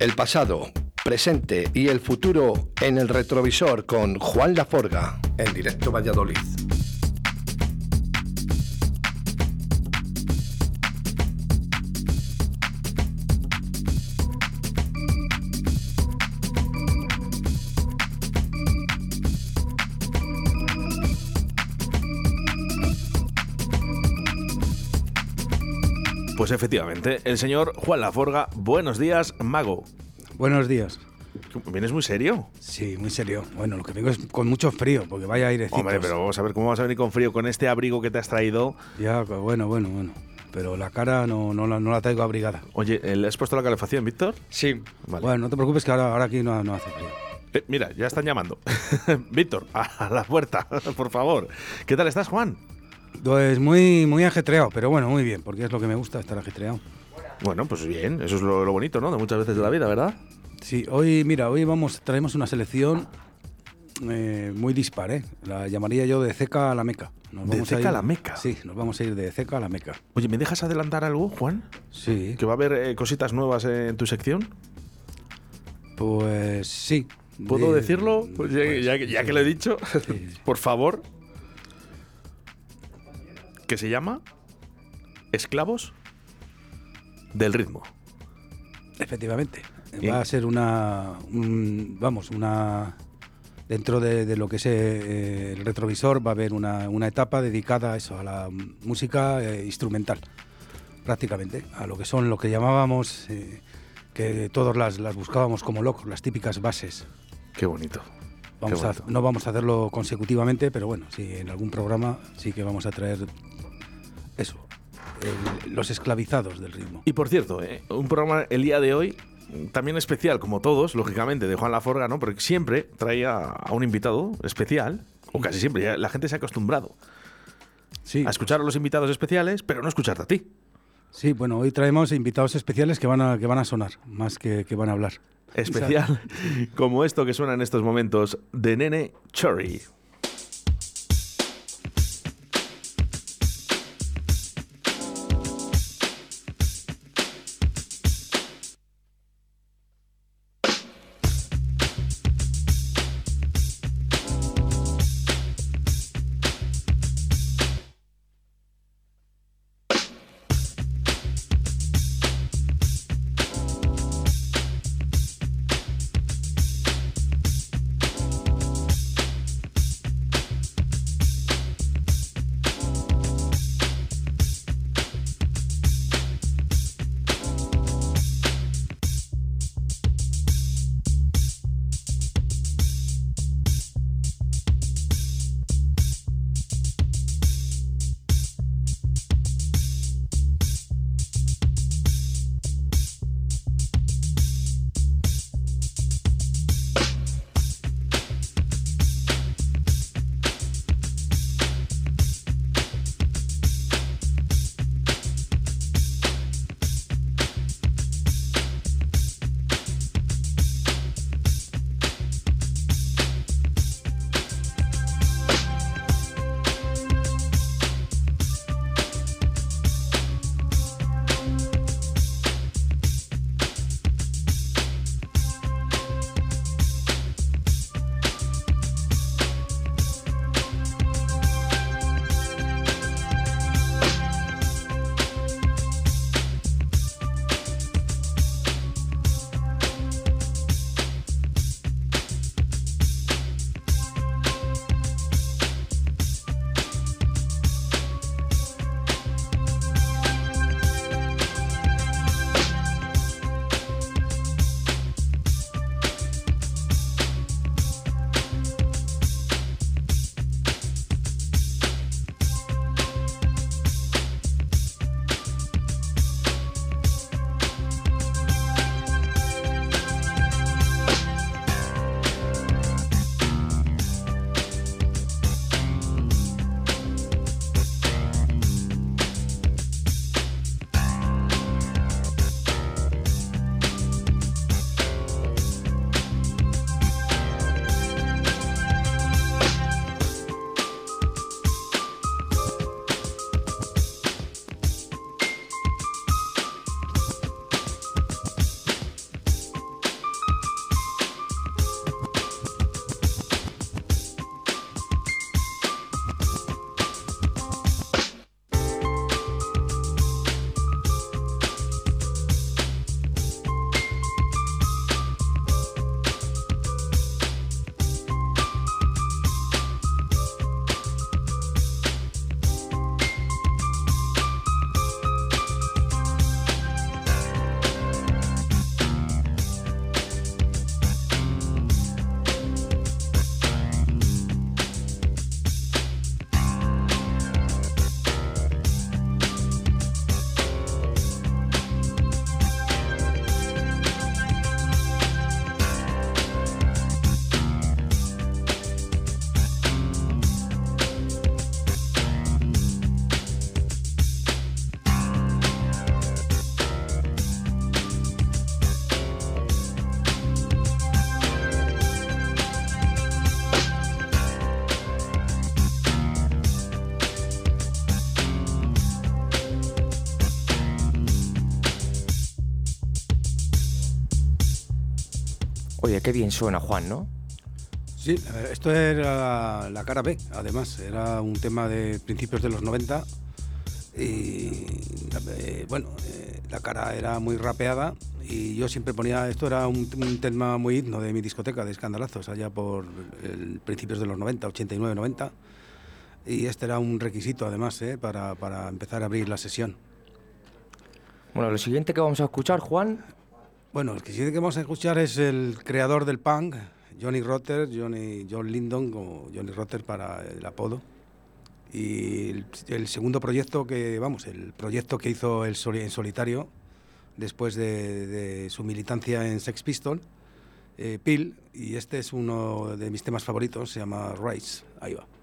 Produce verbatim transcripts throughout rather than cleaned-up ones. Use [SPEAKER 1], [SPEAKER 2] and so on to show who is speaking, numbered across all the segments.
[SPEAKER 1] El pasado, presente y el futuro en el retrovisor con Juan Laforga, en Directo Valladolid.
[SPEAKER 2] Pues efectivamente, el señor Juan Laforga. Buenos días, mago.
[SPEAKER 3] Buenos días.
[SPEAKER 2] ¿Vienes muy serio?
[SPEAKER 3] Sí, muy serio. Bueno, lo que vengo es con mucho frío, porque vaya airecito.
[SPEAKER 2] Hombre, pero vamos a ver cómo vas a venir con frío con este abrigo que te has traído.
[SPEAKER 3] Ya, bueno, bueno, bueno. Pero la cara no, no, la, no la traigo abrigada.
[SPEAKER 2] Oye, ¿le has puesto la calefacción, Víctor?
[SPEAKER 1] Sí.
[SPEAKER 2] Vale.
[SPEAKER 3] Bueno, no te preocupes que ahora, ahora aquí no, no hace frío.
[SPEAKER 2] Eh, mira, ya están llamando. Víctor, a la puerta, por favor. ¿Qué tal estás, Juan?
[SPEAKER 3] Pues muy, muy ajetreado, pero bueno, muy bien, porque es lo que me gusta, estar ajetreado.
[SPEAKER 2] Bueno, pues bien, eso es lo, lo bonito, ¿no? De muchas veces de la vida, ¿verdad?
[SPEAKER 3] Sí, hoy, mira, hoy vamos, traemos una selección eh, muy dispar, ¿eh? La llamaría yo de Ceca a la Meca. Nos
[SPEAKER 2] ¿De
[SPEAKER 3] vamos
[SPEAKER 2] Ceca
[SPEAKER 3] ir,
[SPEAKER 2] a la Meca?
[SPEAKER 3] Sí, nos vamos a ir de Ceca a la Meca.
[SPEAKER 2] Oye, ¿me dejas adelantar algo, Juan?
[SPEAKER 3] Sí.
[SPEAKER 2] ¿Que va a haber eh, cositas nuevas en tu sección?
[SPEAKER 3] Pues sí.
[SPEAKER 2] ¿Puedo
[SPEAKER 3] De-
[SPEAKER 2] decirlo? Pues ya,
[SPEAKER 3] pues,
[SPEAKER 2] ya- ya
[SPEAKER 3] sí.
[SPEAKER 2] que lo he dicho,
[SPEAKER 3] Sí.
[SPEAKER 2] por favor. Que se llama Esclavos del Ritmo.
[SPEAKER 3] Efectivamente.
[SPEAKER 2] Bien.
[SPEAKER 3] Va a ser una, un- vamos, una, dentro de, de lo que es eh, el retrovisor va a haber una, una etapa dedicada a eso, a la música eh, instrumental, prácticamente, a lo que son lo que llamábamos, eh, que todos las, las buscábamos como locos, las típicas bases.
[SPEAKER 2] Qué bonito.
[SPEAKER 3] Vamos
[SPEAKER 2] Qué
[SPEAKER 3] a,
[SPEAKER 2] bonito.
[SPEAKER 3] no vamos a hacerlo consecutivamente, pero bueno, sí, en algún programa sí que vamos a traer eso, el- los esclavizados del ritmo.
[SPEAKER 2] Y por cierto, eh, un programa el día de hoy también especial, como todos, lógicamente, de Juan Laforga, ¿no? Porque siempre traía a un invitado especial, o casi siempre, ya la gente se ha acostumbrado
[SPEAKER 3] Sí.
[SPEAKER 2] a escuchar a los invitados especiales, pero no escucharte a ti.
[SPEAKER 3] Sí, bueno, hoy traemos invitados especiales que van a, que van a sonar, más que, que van a hablar.
[SPEAKER 2] Especial, como esto que suena en estos momentos de Nene Cherry.
[SPEAKER 4] Oye, qué bien suena, Juan, ¿no?
[SPEAKER 3] Sí, esto era la cara B, además. Era un tema de principios de los noventa. Y eh, bueno, eh, la cara era muy rapeada. Y yo siempre ponía. Esto era un, un tema muy himno de mi discoteca de escandalazos, allá por el, principios de los noventa, ochenta y nueve, noventa. Y este era un requisito, además, eh, para, para empezar a abrir la sesión.
[SPEAKER 4] Bueno, lo siguiente que vamos a escuchar, Juan.
[SPEAKER 3] Bueno, el siguiente que vamos a escuchar es el creador del punk, Johnny Rotter, Johnny, John Lydon, o Johnny Rotter para el apodo. Y el, el segundo proyecto que, vamos, el proyecto que hizo el soli, en solitario, después de, de su militancia en Sex Pistols, eh, Peel, y este es uno de mis temas favoritos, se llama Rise. Ahí va.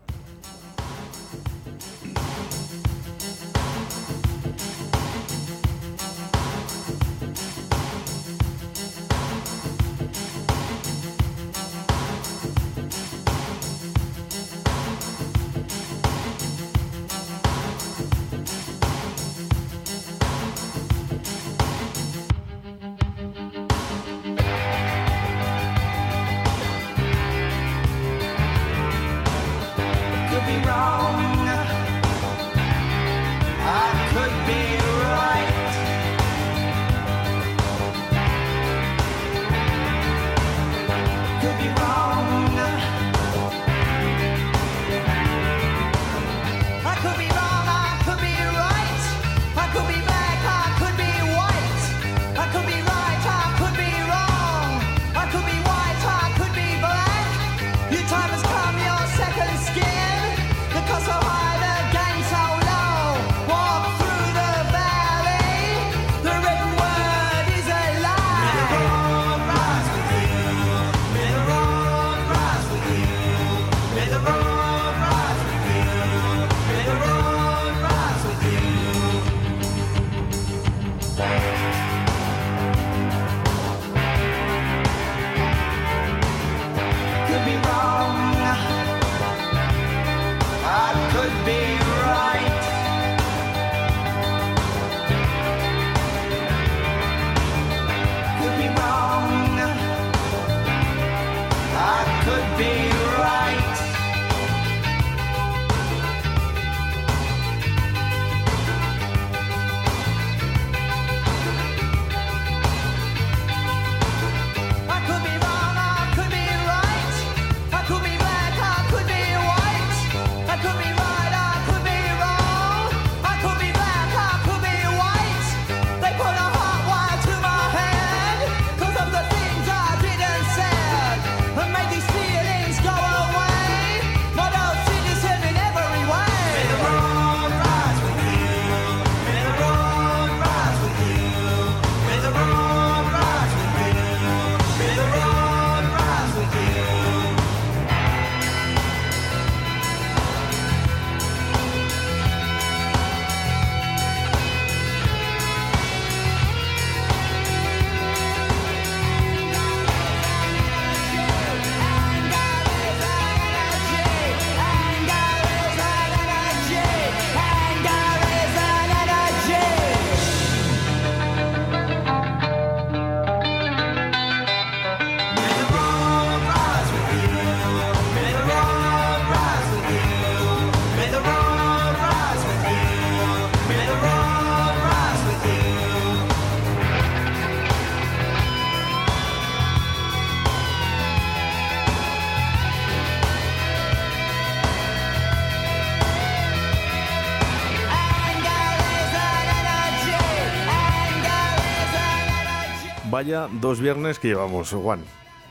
[SPEAKER 2] Vaya dos viernes que llevamos, Juan.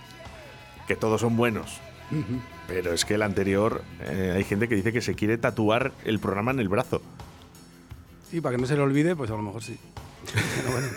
[SPEAKER 2] Que todos son buenos.
[SPEAKER 3] Uh-huh.
[SPEAKER 2] Pero es que el anterior, eh, hay gente que dice que se quiere tatuar el programa en el brazo.
[SPEAKER 3] Sí, para que no se le olvide, pues a lo mejor sí. Pero bueno.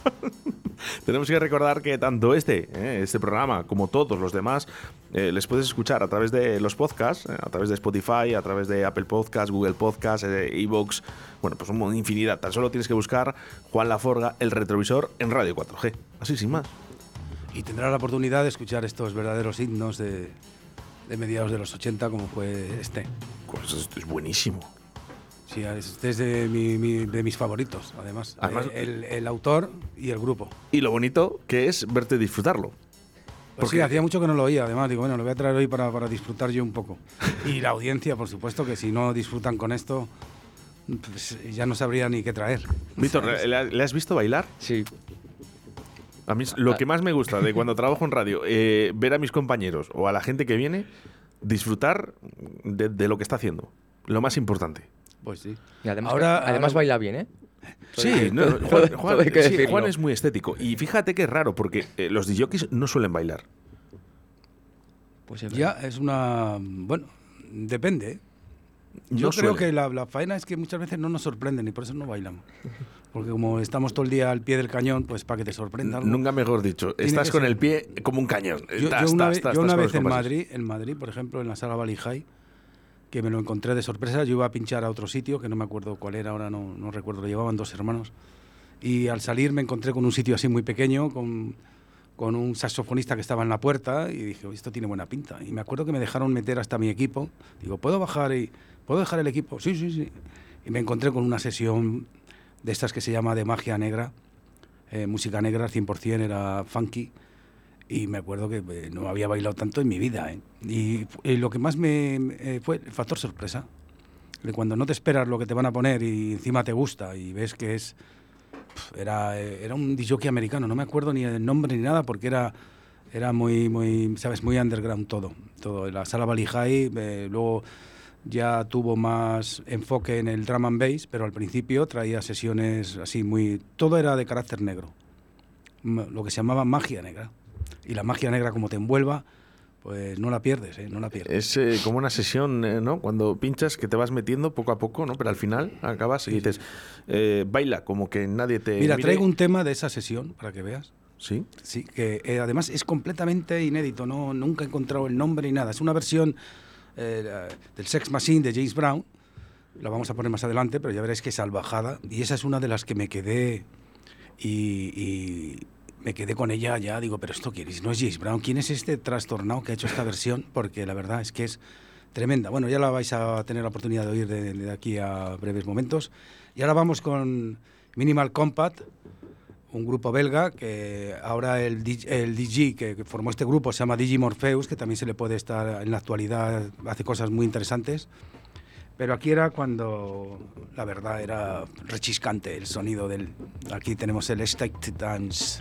[SPEAKER 2] Tenemos que recordar que tanto este, eh, este programa, como todos los demás, eh, les puedes escuchar a través de los podcasts, eh, a través de Spotify, a través de Apple Podcasts, Google Podcasts, eh, iVoox, bueno, pues una infinidad. Tan solo tienes que buscar Juan Laforga, el retrovisor, en Radio cuatro G. Así sin más.
[SPEAKER 3] Y tendrás la oportunidad de escuchar estos verdaderos himnos de, de mediados de los ochenta, como fue este.
[SPEAKER 2] Pues esto es buenísimo.
[SPEAKER 3] Sí, este es de, mi, mi, de mis favoritos, además.
[SPEAKER 2] Además
[SPEAKER 3] el, el autor y el grupo.
[SPEAKER 2] Y lo bonito que es verte disfrutarlo.
[SPEAKER 3] Pues sí, hacía mucho que no lo oía, además, digo, bueno, lo voy a traer hoy para, para disfrutar yo un poco. Y la audiencia, por supuesto, que si no disfrutan con esto, pues ya no sabría ni qué traer.
[SPEAKER 2] Víctor, ¿le, ¿le has visto bailar?
[SPEAKER 4] Sí.
[SPEAKER 2] A mí es lo que más me gusta de cuando trabajo en radio, eh, ver a mis compañeros o a la gente que viene disfrutar de, de lo que está haciendo. Lo más importante.
[SPEAKER 3] Pues sí.
[SPEAKER 4] Y además,
[SPEAKER 3] Ahora-
[SPEAKER 4] además
[SPEAKER 3] ahora-
[SPEAKER 4] baila bien, ¿eh?
[SPEAKER 2] Sí, no,
[SPEAKER 4] Todo-
[SPEAKER 2] Juan,
[SPEAKER 4] todo
[SPEAKER 2] Juan-
[SPEAKER 4] hay que
[SPEAKER 2] sí,
[SPEAKER 4] decirlo.
[SPEAKER 2] Juan es muy estético. Y fíjate que es raro, porque eh, los disjockeys no suelen bailar.
[SPEAKER 4] Pues es
[SPEAKER 3] Ya
[SPEAKER 4] verdad.
[SPEAKER 3] es una... Bueno, depende, ¿eh?
[SPEAKER 2] No
[SPEAKER 3] Yo creo
[SPEAKER 2] suelen.
[SPEAKER 3] que la, la faena es que muchas veces no nos sorprenden y por eso no bailamos. Porque como estamos todo el día al pie del cañón, pues para que te sorprenda algo.
[SPEAKER 2] Nunca mejor dicho.
[SPEAKER 3] Tiene
[SPEAKER 2] Estás
[SPEAKER 3] que
[SPEAKER 2] con
[SPEAKER 3] ser.
[SPEAKER 2] el pie como un cañón.
[SPEAKER 3] Yo,
[SPEAKER 2] Tas,
[SPEAKER 3] yo una,
[SPEAKER 2] tas,
[SPEAKER 3] vez,
[SPEAKER 2] tas,
[SPEAKER 3] yo
[SPEAKER 2] tas
[SPEAKER 3] una
[SPEAKER 2] con
[SPEAKER 3] vez
[SPEAKER 2] los
[SPEAKER 3] en
[SPEAKER 2] compases.
[SPEAKER 3] Madrid, en Madrid, por ejemplo, en la sala Valley High, que me lo encontré de sorpresa, yo iba a pinchar a otro sitio, que no me acuerdo cuál era, ahora no, no recuerdo, lo llevaban dos hermanos. Y al salir me encontré con un sitio así muy pequeño, con, con un saxofonista que estaba en la puerta, y dije, "Uy, esto tiene buena pinta". Y me acuerdo que me dejaron meter hasta mi equipo. Digo, ¿puedo bajar y puedo dejar el equipo? Sí, sí, sí. Y me encontré con una sesión de estas que se llama de magia negra, eh, música negra al cien por cien, era funky. Y me acuerdo que eh, no había bailado tanto en mi vida, ¿eh? Y, y lo que más me eh, fue el factor sorpresa. De cuando no te esperas lo que te van a poner y encima te gusta y ves que es... pf, Era, eh, era un disjockey americano, no me acuerdo ni el nombre ni nada porque era, era muy, muy, ¿sabes? Muy underground todo. todo. La sala Valley High, eh, luego ya tuvo más enfoque en el drum and bass, pero al principio traía sesiones así muy... Todo era de carácter negro, M- lo que se llamaba magia negra. Y la magia negra, como te envuelva, pues no la pierdes, ¿eh? No la pierdes.
[SPEAKER 2] Es eh, como una sesión, eh, ¿no? Cuando pinchas que te vas metiendo poco a poco, ¿no? Pero al final acabas y dices, eh, baila, como que nadie te
[SPEAKER 3] Mira,
[SPEAKER 2] mire.
[SPEAKER 3] traigo un tema de esa sesión, para que veas.
[SPEAKER 2] Sí.
[SPEAKER 3] Sí, que eh, además es completamente inédito, no, nunca he encontrado el nombre ni nada. Es una versión eh, del Sex Machine de James Brown, la vamos a poner más adelante, pero ya veréis que es salvajada. Y esa es una de las que me quedé y, y me quedé con ella ya. Digo, pero esto quién es, no es James Brown, ¿quién es este trastornado que ha hecho esta versión? Porque la verdad es que es tremenda. Bueno, ya la vais a tener la oportunidad de oír de, de aquí a breves momentos. Y ahora vamos con Minimal Compact, un grupo belga que ahora el, D J, el D J que, que formó este grupo se llama D J Morpheus, que también se le puede estar en la actualidad, hace cosas muy interesantes. Pero aquí era cuando la verdad era rechiscante el sonido del... Aquí tenemos el State Dance.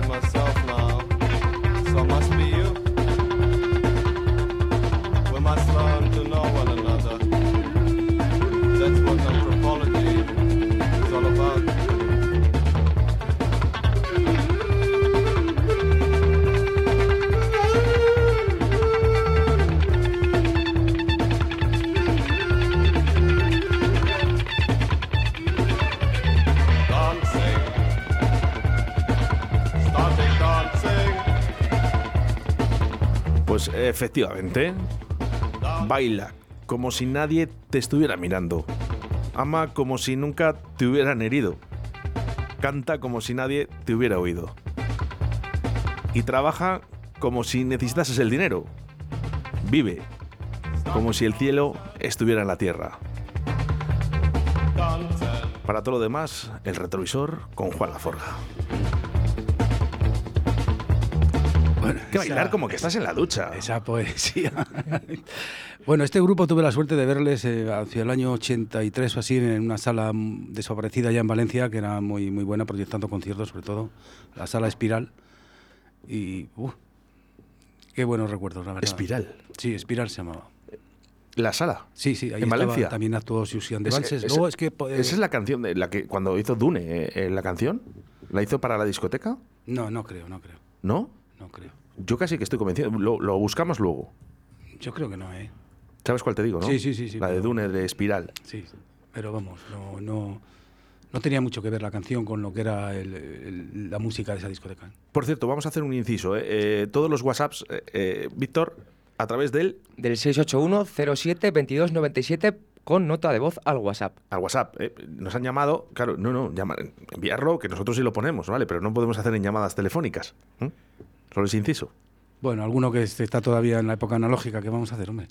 [SPEAKER 5] myself now, so must be you. We must learn to know one another. That's what anthropology is all about.
[SPEAKER 2] Pues efectivamente, baila como si nadie te estuviera mirando. Ama como si nunca te hubieran herido. Canta como si nadie te hubiera oído. Y trabaja como si necesitases el dinero. Vive como si el cielo estuviera en la tierra. Para todo lo demás, el retrovisor con Juan Laforga.
[SPEAKER 3] Bueno,
[SPEAKER 2] que
[SPEAKER 3] esa,
[SPEAKER 2] bailar como que estás en la ducha.
[SPEAKER 3] Esa poesía. Bueno, este grupo tuve la suerte de verles eh, hacia el año ochenta y tres o así en una sala desaparecida ya en Valencia, que era muy, muy buena, proyectando conciertos, sobre todo la sala Espiral. Y uh, qué buenos recuerdos, la verdad.
[SPEAKER 2] ¿Espiral?
[SPEAKER 3] Sí, Espiral se llamaba.
[SPEAKER 2] ¿La sala?
[SPEAKER 3] Sí, sí, ahí
[SPEAKER 2] ¿En
[SPEAKER 3] estaba,
[SPEAKER 2] Valencia?
[SPEAKER 3] también actuó Susian de
[SPEAKER 2] Es-
[SPEAKER 3] Vanses.
[SPEAKER 2] es-
[SPEAKER 3] Luego es que... eh,
[SPEAKER 2] ¿Esa es la canción de la que cuando hizo Dune, eh, eh, la canción? ¿La hizo para la discoteca?
[SPEAKER 3] No, no creo, no creo,
[SPEAKER 2] ¿No?
[SPEAKER 3] no creo.
[SPEAKER 2] Yo casi que estoy convencido. Lo, lo buscamos luego.
[SPEAKER 3] Yo creo que no, ¿eh?
[SPEAKER 2] ¿Sabes cuál te digo, no?
[SPEAKER 3] Sí, sí, sí, sí,
[SPEAKER 2] La de
[SPEAKER 3] pero-
[SPEAKER 2] Dune, de Espiral.
[SPEAKER 3] Sí, pero vamos, no, no, no tenía mucho que ver la canción con lo que era el- el- la música de esa discoteca.
[SPEAKER 2] Por cierto, vamos a hacer un inciso. ¿eh? Eh, todos los WhatsApps, eh, eh, Víctor, a través del
[SPEAKER 4] Del seis ocho uno cero siete veintidós noventa y siete con nota de voz al WhatsApp.
[SPEAKER 2] al WhatsApp. ¿eh? Nos han llamado, claro, no, no, llama- enviarlo, que nosotros sí lo ponemos, ¿vale? Pero no podemos hacer en llamadas telefónicas. ¿eh? Solo es inciso.
[SPEAKER 3] Bueno, alguno que este- está todavía en la época analógica, ¿qué vamos a hacer, hombre?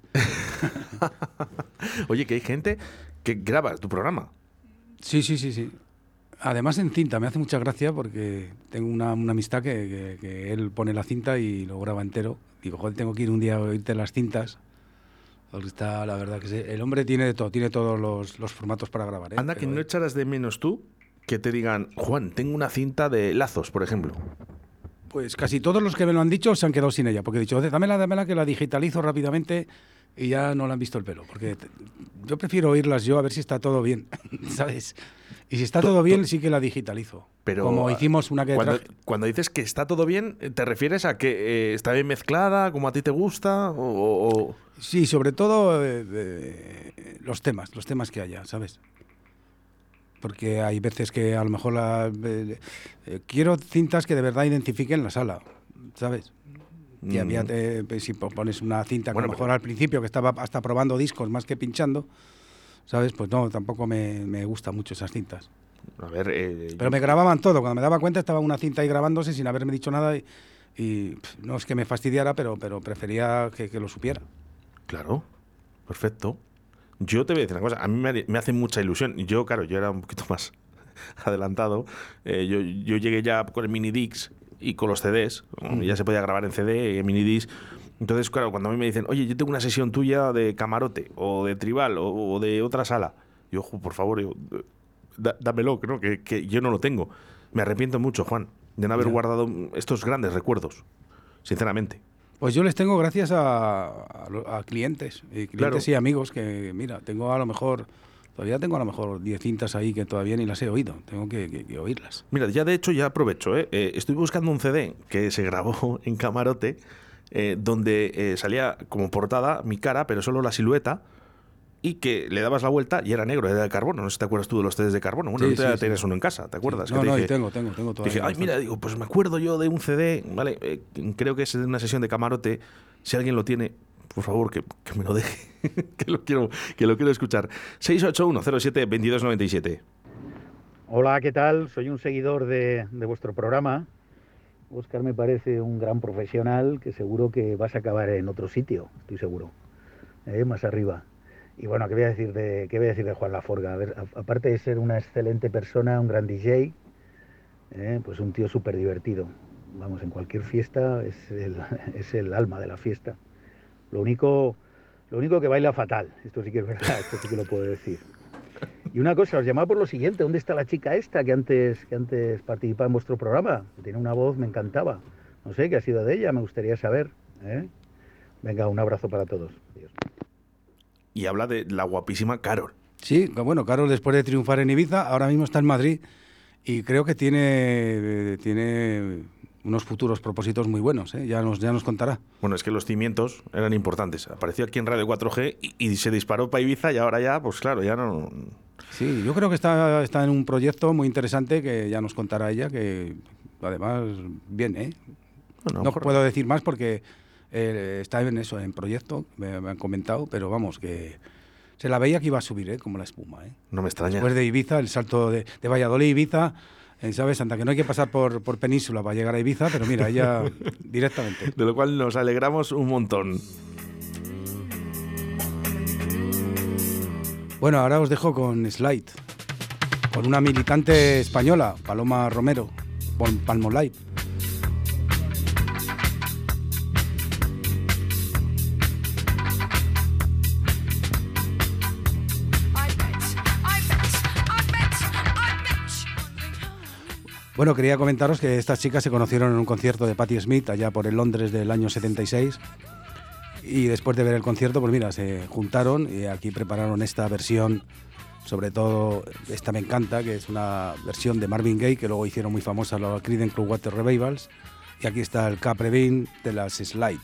[SPEAKER 2] Oye, que hay gente que graba tu programa.
[SPEAKER 3] Sí, sí, sí, sí. Además en cinta, me hace mucha gracia porque tengo una, una amistad que, que- que él pone la cinta y lo graba entero. Digo, joder, tengo que ir un día a oírte las cintas. Porque está, la verdad que sí, el hombre tiene de todo, tiene todos los, los formatos para grabar. ¿eh?
[SPEAKER 2] Anda, que
[SPEAKER 3] Pero,
[SPEAKER 2] no
[SPEAKER 3] eh,
[SPEAKER 2] echarás de menos tú que te digan, Juan, tengo una cinta de lazos, por ejemplo.
[SPEAKER 3] Pues casi todos los que me lo han dicho se han quedado sin ella, porque he dicho, "Oye, dámela, dámela, que la digitalizo rápidamente", y ya no le han visto el pelo. Porque te- yo prefiero oírlas yo a ver si está todo bien, ¿sabes? Y si está
[SPEAKER 2] To-
[SPEAKER 3] todo
[SPEAKER 2] to-
[SPEAKER 3] bien, sí que la digitalizo.
[SPEAKER 2] Pero
[SPEAKER 3] Como hicimos una que
[SPEAKER 2] cuando,
[SPEAKER 3] traje-
[SPEAKER 2] cuando dices que está todo bien, ¿te refieres a que eh, está bien mezclada, como a ti te gusta? O, o- o-
[SPEAKER 3] Sí, sobre todo eh, eh, los temas, los temas que haya, ¿sabes? Porque hay veces que a lo mejor la, eh, eh, quiero cintas que de verdad identifiquen la sala, ¿sabes? Y
[SPEAKER 2] Mm.
[SPEAKER 3] había, eh, pues, si po- pones una cinta que
[SPEAKER 2] Bueno,
[SPEAKER 3] a lo mejor
[SPEAKER 2] pero-
[SPEAKER 3] al principio que estaba hasta probando discos más que pinchando, ¿sabes? Pues no, tampoco me, me gustan mucho esas cintas.
[SPEAKER 2] A ver, eh,
[SPEAKER 3] Pero me grababan todo, cuando me daba cuenta estaba una cinta ahí grabándose sin haberme dicho nada y, y, pff, no es que me fastidiara, pero, pero prefería que, que lo supiera.
[SPEAKER 2] claro, perfecto. Yo te voy a decir una cosa, a mí me, me hace mucha ilusión. Yo, claro, yo era un poquito más adelantado. Eh, yo, yo llegué ya con el mini disc y con los C Ds. ¿no? Ya se podía grabar en C D, en mini disc. Entonces, claro, cuando a mí me dicen, oye, yo tengo una sesión tuya de camarote o de tribal o, o de otra sala, yo, "Jo, por favor, yo, da- dámelo, ¿no? que, que yo no lo tengo". Me arrepiento mucho, Juan, de no haber
[SPEAKER 3] Ya.
[SPEAKER 2] guardado estos grandes recuerdos, sinceramente.
[SPEAKER 3] Pues yo les tengo gracias a, a lo- a clientes, y clientes
[SPEAKER 2] Claro.
[SPEAKER 3] y amigos que, mira, tengo a lo mejor, todavía tengo a lo mejor diez cintas ahí que todavía ni las he oído, tengo que, que- que oírlas.
[SPEAKER 2] Mira, ya de hecho ya aprovecho, ¿eh? Eh, estoy buscando un C D que se grabó en camarote, eh, donde eh, salía como portada mi cara, pero solo la silueta, y que le dabas la vuelta y era negro, era de carbono. No sé si te acuerdas tú de los C Ds de carbono. Bueno,
[SPEAKER 3] Sí,
[SPEAKER 2] tú ya
[SPEAKER 3] sí,
[SPEAKER 2] tienes
[SPEAKER 3] sí.
[SPEAKER 2] uno en casa, ¿te acuerdas?
[SPEAKER 3] Sí.
[SPEAKER 2] Que
[SPEAKER 3] No,
[SPEAKER 2] te
[SPEAKER 3] no,
[SPEAKER 2] dije-
[SPEAKER 3] y tengo, tengo, tengo todavía.
[SPEAKER 2] Dije, ay,
[SPEAKER 3] bastante.
[SPEAKER 2] mira, digo, pues me acuerdo yo de un C D, ¿vale? Eh, creo que es de una sesión de camarote. Si alguien lo tiene, por favor, que, que me lo deje, que, lo quiero, que lo quiero escuchar. seis ocho uno cero siete veintidós noventa y siete.
[SPEAKER 6] Hola, ¿qué tal? Soy un seguidor de, de vuestro programa. Óscar me parece un gran profesional que seguro que vas a acabar en otro sitio, estoy seguro, ¿eh? Más arriba. Y bueno, ¿qué voy a decir de, qué voy a decir de Juan Laforga? A ver, a- aparte de ser una excelente persona, un gran D J, ¿eh? Pues un tío súper divertido. Vamos, en cualquier fiesta es el, es el alma de la fiesta. Lo único, lo único que baila fatal, esto sí que es verdad, esto sí que lo puedo decir. Y una cosa, os llamaba por lo siguiente, ¿dónde está la chica esta que antes, que antes participaba en vuestro programa? Tiene una voz, me encantaba. No sé qué ha sido de ella, me gustaría saber. ¿eh? Venga, un abrazo para todos. Adiós.
[SPEAKER 2] Y habla de la guapísima Carol.
[SPEAKER 3] Sí, bueno, Carol después de triunfar en Ibiza, ahora mismo está en Madrid y creo que tiene, tiene unos futuros propósitos muy buenos, ¿eh? ya, nos, ya nos contará.
[SPEAKER 2] Bueno, es que los cimientos eran importantes. Apareció aquí en Radio cuatro G y, y se disparó para Ibiza y ahora ya, pues claro, ya no...
[SPEAKER 3] Sí, yo creo que está, está en un proyecto muy interesante que ya nos contará ella, que además bien, ¿eh?
[SPEAKER 2] Bueno,
[SPEAKER 3] no
[SPEAKER 2] mejor...
[SPEAKER 3] puedo decir más porque eh, está en eso, en proyecto, me, me han comentado, pero vamos, que se la veía que iba a subir, ¿eh? Como la espuma, ¿eh?
[SPEAKER 2] No me extraña.
[SPEAKER 3] Después de Ibiza, el salto de, de Valladolid a Ibiza, eh, ¿sabes? Santa que no hay que pasar por, por Península para llegar a Ibiza, pero mira, ella directamente.
[SPEAKER 2] De lo cual nos alegramos un montón.
[SPEAKER 3] Bueno, ahora os dejo con Slide, con una militante española, Paloma Romero, con Palmolive. Bueno, quería comentaros que estas chicas se conocieron en un concierto de Patti Smith allá por el Londres del año setenta y seis y después de ver el concierto, pues mira, se juntaron y aquí prepararon esta versión, sobre todo esta me encanta, que es una versión de Marvin Gaye que luego hicieron muy famosa los Creedence Clearwater Revivals, y aquí está el Capri Bean de las Slide.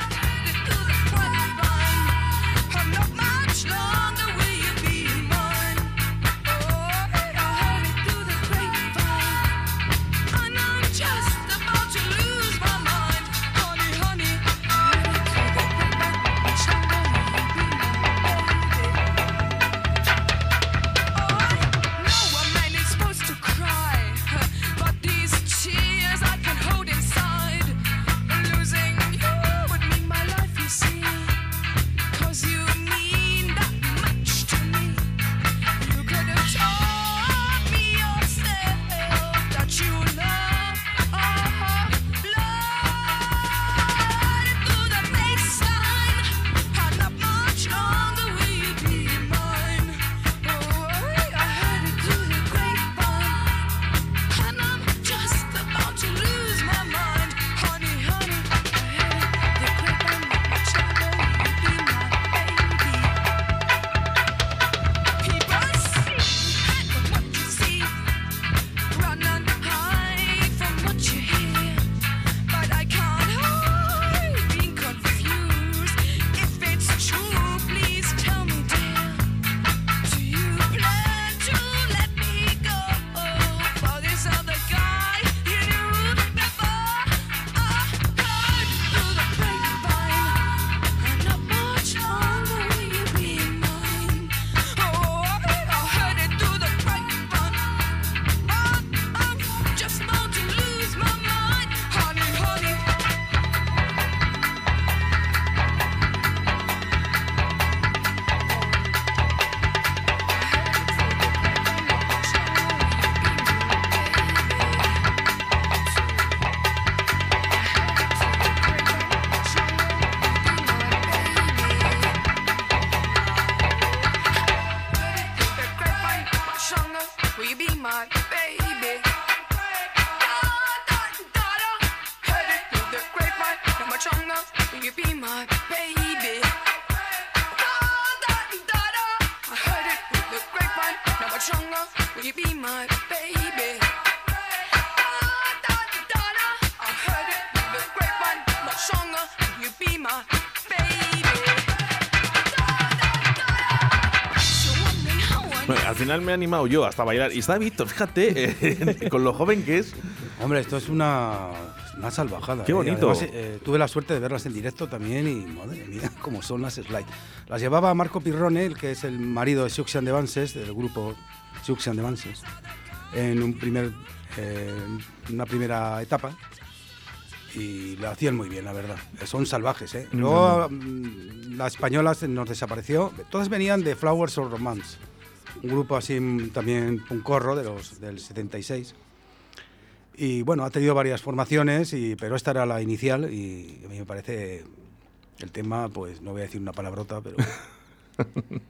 [SPEAKER 2] Al final me he animado yo hasta bailar. Y está Víctor, fíjate, eh, con lo joven que es.
[SPEAKER 3] Hombre, esto es una, una salvajada.
[SPEAKER 2] Qué bonito.
[SPEAKER 3] Eh. Además, eh, tuve la suerte de verlas en directo también y, madre mía, cómo son las Slide. Las llevaba Marco Pirrone, el que es el marido de Siouxsie and the Banshees, del grupo Siouxsie and the Banshees, en un primer, eh, una primera etapa. Y lo hacían muy bien, la verdad. Son salvajes, ¿eh? Luego mm, la española nos desapareció. Todas venían de Flowers of Romance, un grupo así también puncorro de los, del setenta y seis. Y bueno, ha tenido varias formaciones, y, pero esta era la inicial y a mí me parece el tema, pues no voy a decir una palabrota, pero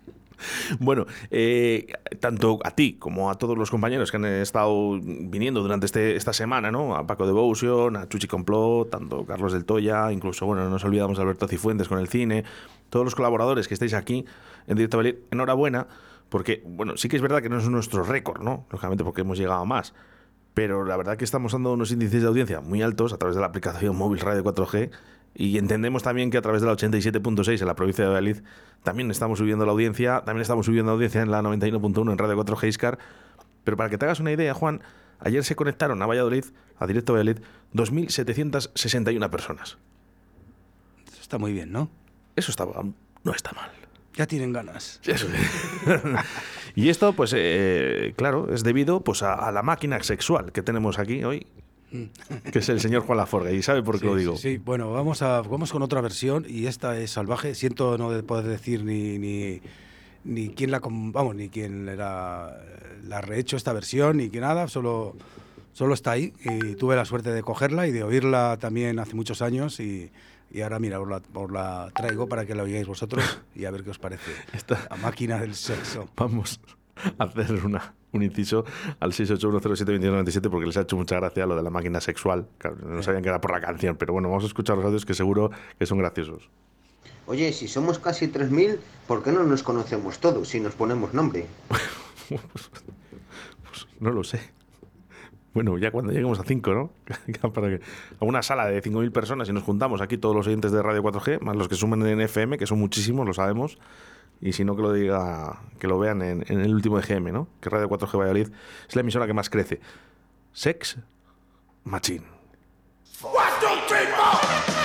[SPEAKER 2] Bueno, eh, tanto a ti como a todos los compañeros que han estado viniendo durante este, esta semana, ¿no? A Paco Devotion, a Chuchi Complot, tanto Carlos del Toya, incluso, bueno, no nos olvidamos de Alberto Cifuentes con el cine, todos los colaboradores que estáis aquí en Directo Valladolid, enhorabuena, porque, bueno, sí que es verdad que no es nuestro récord, ¿no? Lógicamente porque hemos llegado a más, pero la verdad que estamos dando unos índices de audiencia muy altos a través de la aplicación móvil Radio cuatro G. Y entendemos también que a través de la ochenta y siete punto seis en la provincia de Valladolid también estamos subiendo la audiencia, también estamos subiendo la audiencia en la noventa y uno punto uno en Radio cuatro G Iscar. Pero para que te hagas una idea, Juan, ayer se conectaron a Valladolid, a Directo Valladolid, dos mil setecientas sesenta y una personas.
[SPEAKER 3] Eso está muy bien, ¿no?
[SPEAKER 2] Eso está, no está mal.
[SPEAKER 3] Ya tienen ganas.
[SPEAKER 2] Eso. Y esto, pues, eh, claro, es debido pues, a, a la máquina sexual que tenemos aquí hoy, que es el señor Juan Laforga, y sabe por qué
[SPEAKER 3] sí,
[SPEAKER 2] lo digo.
[SPEAKER 3] Sí, sí, bueno, vamos a vamos con otra versión y esta es salvaje. Siento no poder decir ni ni ni quién la vamos ni quién la la ha rehecho esta versión ni que nada, solo solo está ahí y tuve la suerte de cogerla y de oírla también hace muchos años y y ahora mira, os la, os la traigo para que la oigáis vosotros y a ver qué os parece. Esta... La máquina del sexo.
[SPEAKER 2] Vamos a hacer una un inciso al seis ocho uno cero siete dos uno nueve siete porque les ha hecho mucha gracia lo de la máquina sexual. Claro, no sabían que era por la canción, pero bueno, vamos a escuchar los audios que seguro que son graciosos.
[SPEAKER 7] Oye, si somos casi tres mil, ¿por qué no nos conocemos todos si nos ponemos nombre?
[SPEAKER 2] pues, pues no lo sé. Bueno, ya cuando lleguemos a cinco, ¿no? Para que, a una sala de cinco mil personas y nos juntamos aquí todos los oyentes de Radio cuatro G, más los que sumen en F M, que son muchísimos, lo sabemos. Y si no, que lo diga, que lo vean en, en el último E G M, ¿no? Que Radio cuatro G Valladolid es la emisora que más crece. Sex Machine.
[SPEAKER 8] One, two, three, four.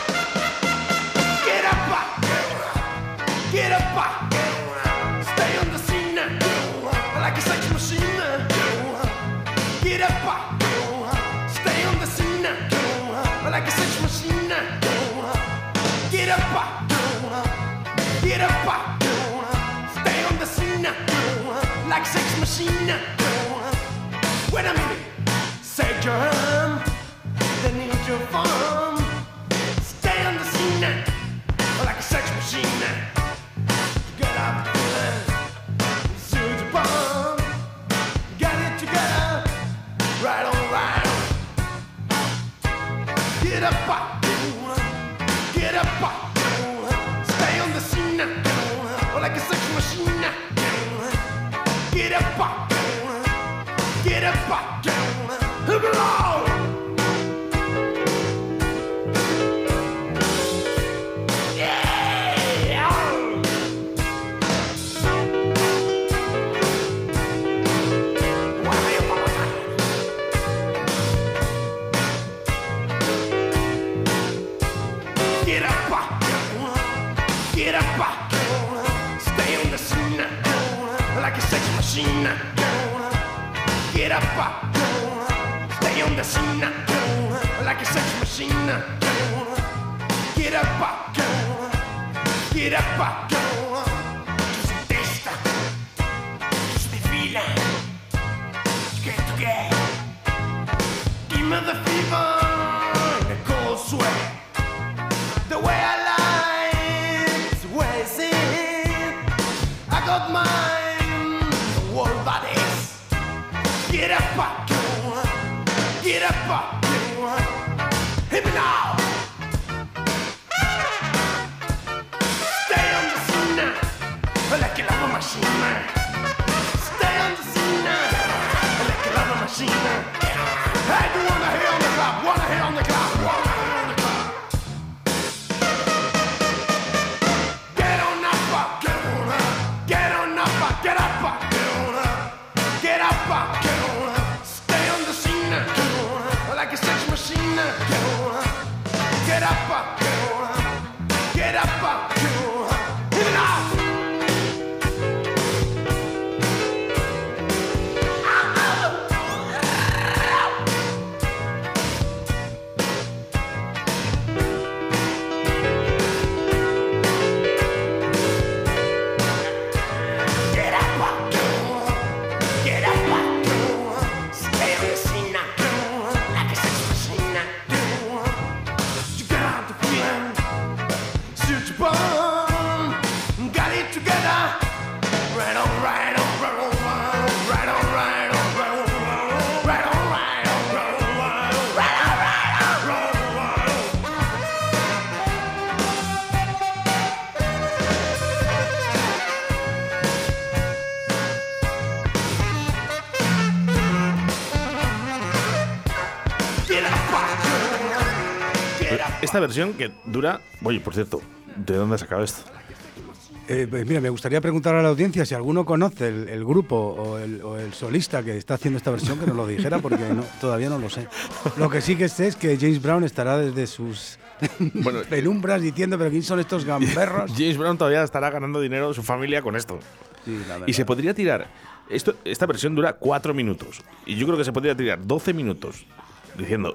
[SPEAKER 8] Get up, get up, stay on the scene like a sex machine. Get up, stay on the scene like a sex machine. Get up, get up. Like sex machine. Wait a minute. Say jump, then need your fun. Stay on the scene like a sex machine. Get up, shoot your bomb. Get it together, right on, right on. Get up, get up. Stay on the scene like a sex machine. Get up, get up, get up, Get up, stay on the scene like a sex machine. Get up, get up, tu sei testa, tu sei fila, get to get. Give me the fever, the cold sweat, the way I like, the way it's in. I got my get up, get up, hit me now. Stay on the scene like a lava machine. Stay on the scene like a lava machine. Hey, you wanna hear on the clock? Wanna hear on the clock? Wanna hear on the clock? Get on up, get on up, get on up, get up, get on up, get up. Like a sex machine. Get up, get up, hit it off. Feel
[SPEAKER 2] ver, esta versión que dura... Oye, por cierto, ¿de dónde has sacado esto?
[SPEAKER 3] Eh, pues mira, me gustaría preguntar a la audiencia si alguno conoce el, el grupo o el, o el solista que está haciendo esta versión, que nos lo dijera, porque no, todavía no lo sé. Lo que sí que sé es que James Brown estará desde sus bueno, penumbras diciendo, pero ¿quién son estos gamberros?
[SPEAKER 2] James Brown todavía estará ganando dinero su familia con esto.
[SPEAKER 3] Sí, la verdad.
[SPEAKER 2] Y se podría tirar... Esto, esta versión dura cuatro minutos. Y yo creo que se podría tirar doce minutos diciendo...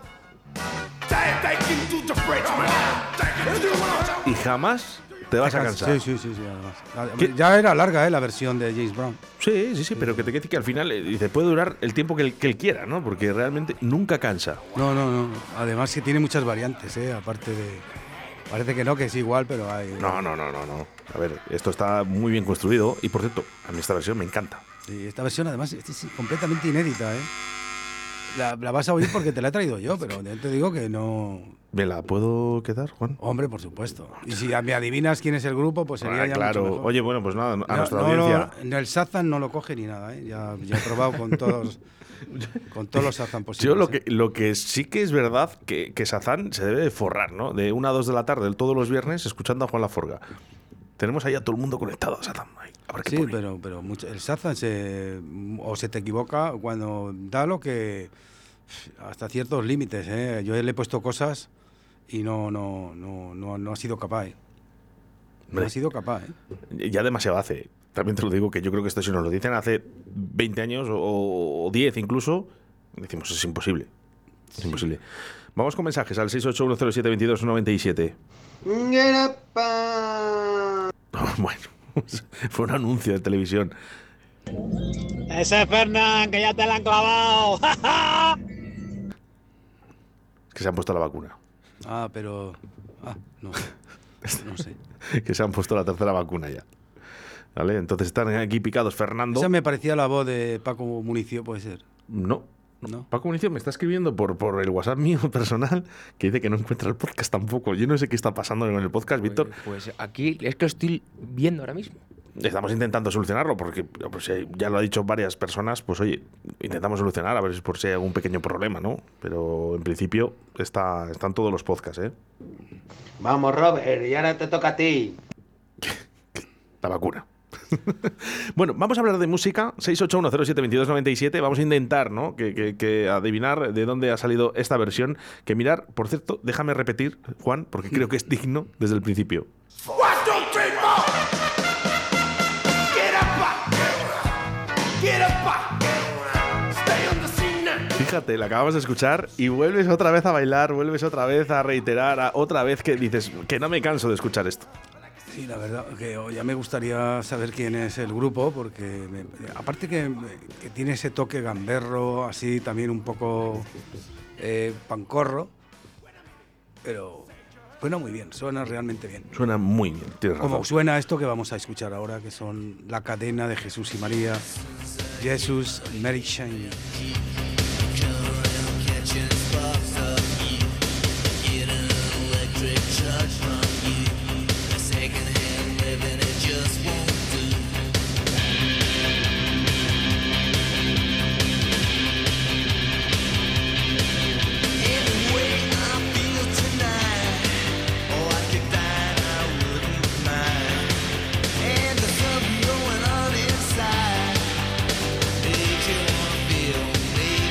[SPEAKER 2] Y jamás... te vas a cansar.
[SPEAKER 3] Sí, sí, sí, sí, además. Ya era larga, ¿eh? La versión de James Brown.
[SPEAKER 2] Sí, sí, sí, pero que te quiere decir que al final eh, dice, puede durar el tiempo que él, que él quiera, ¿no? Porque realmente nunca cansa.
[SPEAKER 3] No, no, no. Además que tiene muchas variantes, ¿eh? Aparte de... Parece que no, que es igual, pero hay...
[SPEAKER 2] No, no, no, no, no. A ver, esto está muy bien construido y, por cierto, a mí esta versión me encanta.
[SPEAKER 3] Sí, esta versión además es, es completamente inédita, ¿eh? La, la vas a oír porque te la he traído yo, pero ya te digo que no...
[SPEAKER 2] ¿Me la puedo quedar, Juan?
[SPEAKER 3] Hombre, por supuesto. Y si me adivinas quién es el grupo, pues sería
[SPEAKER 2] ah,
[SPEAKER 3] ya
[SPEAKER 2] claro.
[SPEAKER 3] mucho mejor.
[SPEAKER 2] Oye, bueno, pues nada, a
[SPEAKER 3] no,
[SPEAKER 2] nuestra
[SPEAKER 3] no
[SPEAKER 2] audiencia...
[SPEAKER 3] Lo, el Shazam no lo coge ni nada, ¿eh? Ya, ya he probado con todos... Con todos los Shazam posibles.
[SPEAKER 2] Yo lo que, lo que sí que es verdad que, que Shazam se debe de forrar, ¿no? De una a dos de la tarde, todos los viernes, escuchando a Juan Laforga. Tenemos ahí a todo el mundo conectado a Shazam. A ver qué
[SPEAKER 3] sí,
[SPEAKER 2] pone.
[SPEAKER 3] pero, pero mucho, el Shazam se, o se te equivoca cuando da lo que... Hasta ciertos límites, ¿eh? Yo le he puesto cosas y no, no, no, no, no ha sido capaz, ¿eh? No
[SPEAKER 2] Hombre,
[SPEAKER 3] ha sido capaz, ¿eh?
[SPEAKER 2] Ya demasiado hace. También te lo digo, que yo creo que esto si nos lo dicen hace veinte años o, o diez incluso, decimos es imposible. Es sí. imposible. Vamos con mensajes al seis ocho uno cero siete dos dos nueve siete. Bueno, fue un anuncio de televisión.
[SPEAKER 9] Ese es Fernán, que ya te la han clavado.
[SPEAKER 2] Es que se han puesto la vacuna.
[SPEAKER 3] Ah, pero... Ah, no, no sé.
[SPEAKER 2] Que se han puesto la tercera vacuna ya. ¿Vale? Entonces están aquí picados Fernando.
[SPEAKER 3] Esa me parecía la voz de Paco Municio, puede ser.
[SPEAKER 2] No.
[SPEAKER 3] No.
[SPEAKER 2] Paco Municio me está escribiendo por, por el WhatsApp mío personal que dice que no encuentra el podcast tampoco. Yo no sé qué está pasando con el podcast,
[SPEAKER 4] pues,
[SPEAKER 2] Víctor.
[SPEAKER 4] Pues aquí es que lo estoy viendo ahora mismo.
[SPEAKER 2] Estamos intentando solucionarlo porque pues, ya lo ha dicho varias personas, pues oye, intentamos solucionar a ver si por si hay algún pequeño problema, ¿no? Pero en principio está, están todos los podcasts, ¿eh?
[SPEAKER 7] Vamos, Robert, y ahora te toca a ti.
[SPEAKER 2] La vacuna. Bueno, vamos a hablar de música. seis ocho uno cero siete dos dos nueve siete. Vamos a intentar, ¿no? Que, que, que adivinar de dónde ha salido esta versión. Que mirar, por cierto, déjame repetir, Juan, porque creo que es digno desde el principio. Fíjate, la acabamos de escuchar y vuelves otra vez a bailar, vuelves otra vez a reiterar, a otra vez que dices que no me canso de escuchar esto.
[SPEAKER 3] Sí, la verdad, que ya me gustaría saber quién es el grupo, porque me, aparte que, que tiene ese toque gamberro, así también un poco eh, pancorro, pero suena muy bien, suena realmente bien.
[SPEAKER 2] Suena muy bien, tienes razón.
[SPEAKER 3] Como suena esto que vamos a escuchar ahora, que son La Cadena de Jesús y María, Jesus, Mary Chain.
[SPEAKER 8] Feel me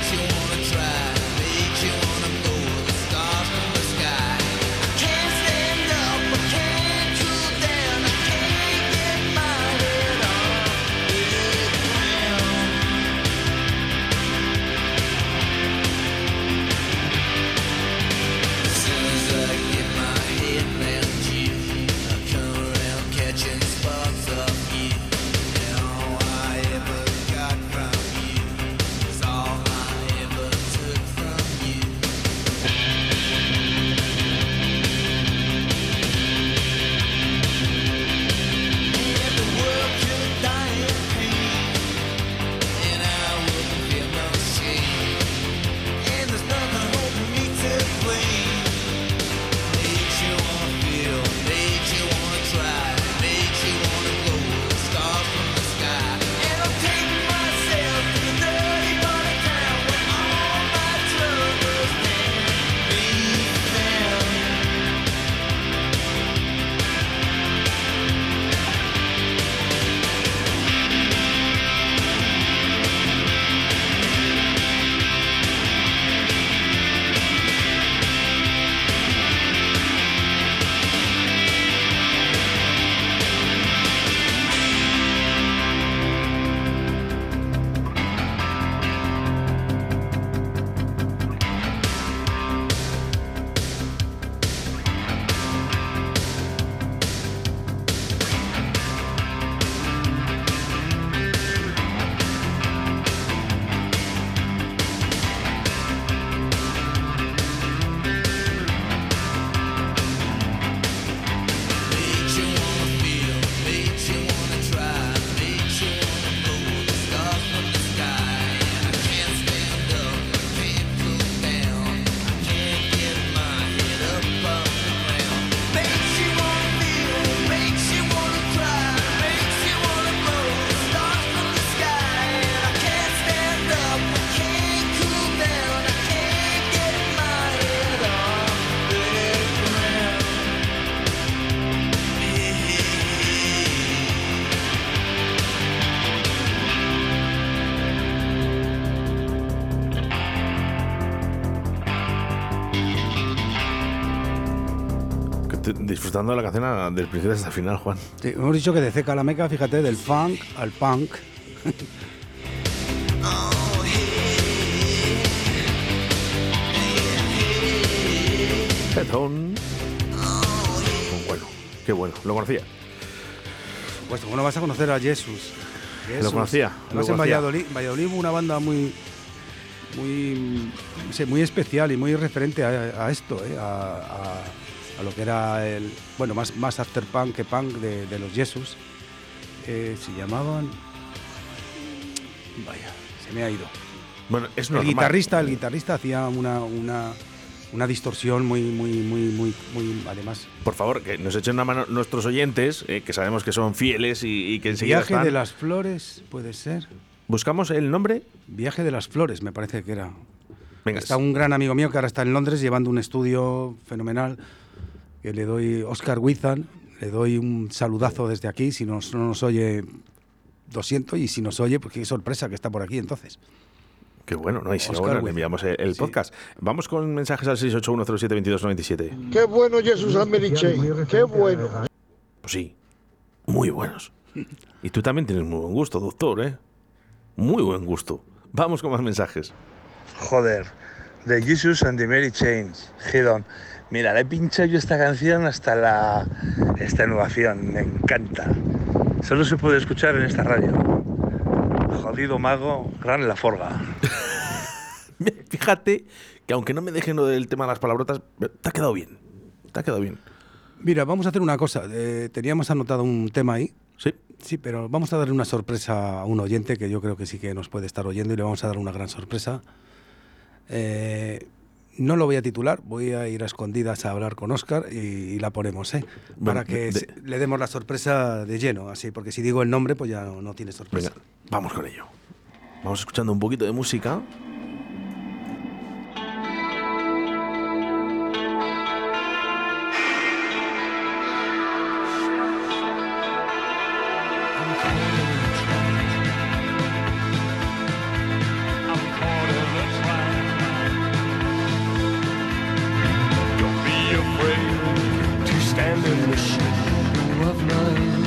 [SPEAKER 2] Estoy disfrutando de la canción del principio hasta el final, Juan.
[SPEAKER 3] Sí, hemos dicho que de Ceca a la Meca, fíjate, del funk al punk.
[SPEAKER 2] Perdón. Bueno, qué bueno, lo conocía.
[SPEAKER 3] Pues bueno, vas a conocer a Jesús.
[SPEAKER 2] Lo conocía. Lo
[SPEAKER 3] Además, en Valladolid, Valladolid hubo una banda muy, muy, no sé, muy especial y muy referente a, a esto, ¿eh? a, a, a lo que era el, bueno, más, más after punk que punk de, de los Jesús. Eh, se llamaban, vaya, se me ha ido.
[SPEAKER 2] Bueno, es
[SPEAKER 3] el
[SPEAKER 2] normal.
[SPEAKER 3] guitarrista, el guitarrista hacía una, una, una distorsión muy, muy, muy, muy, muy, además.
[SPEAKER 2] Por favor, que nos echen una mano nuestros oyentes, eh, que sabemos que son fieles y, y que enseguida
[SPEAKER 3] Viaje
[SPEAKER 2] están.
[SPEAKER 3] de las Flores, puede ser.
[SPEAKER 2] ¿Buscamos el nombre?
[SPEAKER 3] Viaje de las Flores, me parece que era.
[SPEAKER 2] Venga.
[SPEAKER 3] Está un gran amigo mío que ahora está en Londres llevando un estudio fenomenal, que le doy, Oscar Wizan, le doy un saludazo desde aquí, si nos, no nos oye, lo siento, y si nos oye, pues qué sorpresa que está por aquí entonces.
[SPEAKER 2] Qué bueno, ¿no? Y si no,
[SPEAKER 3] Oscar
[SPEAKER 2] bueno, le
[SPEAKER 3] Wizan.
[SPEAKER 2] enviamos el, el
[SPEAKER 3] Sí.
[SPEAKER 2] podcast. Vamos con mensajes al seis ocho uno cero siete dos dos nueve siete.
[SPEAKER 10] Qué bueno Jesús Americhe, qué bueno.
[SPEAKER 2] Pues sí, muy buenos. Y tú también tienes muy buen gusto, doctor, ¿eh? Muy buen gusto. Vamos con más mensajes.
[SPEAKER 11] Joder, de Jesus and the Mary Chains, Hidon. Mira, le he pinchado yo esta canción hasta la extenuación, me encanta. Solo se puede escuchar en esta radio. Jodido mago, gran la forga.
[SPEAKER 2] Fíjate que aunque no me dejen lo del tema de las palabrotas, te ha quedado bien. Te ha quedado bien.
[SPEAKER 3] Mira, vamos a hacer una cosa. Eh, teníamos anotado un tema ahí.
[SPEAKER 2] Sí.
[SPEAKER 3] Sí, pero vamos a darle una sorpresa a un oyente que yo creo que sí que nos puede estar oyendo y le vamos a dar una gran sorpresa. Eh, no lo voy a titular, voy a ir a escondidas a hablar con Óscar y, y la ponemos, ¿eh?
[SPEAKER 2] Bueno,
[SPEAKER 3] Para que
[SPEAKER 2] de-
[SPEAKER 3] se- le demos la sorpresa de lleno, así, porque si digo el nombre, pues ya no, no tiene sorpresa.
[SPEAKER 2] Venga, vamos con ello. Vamos escuchando un poquito de música.
[SPEAKER 8] Don't be afraid to stand in the shadow of night.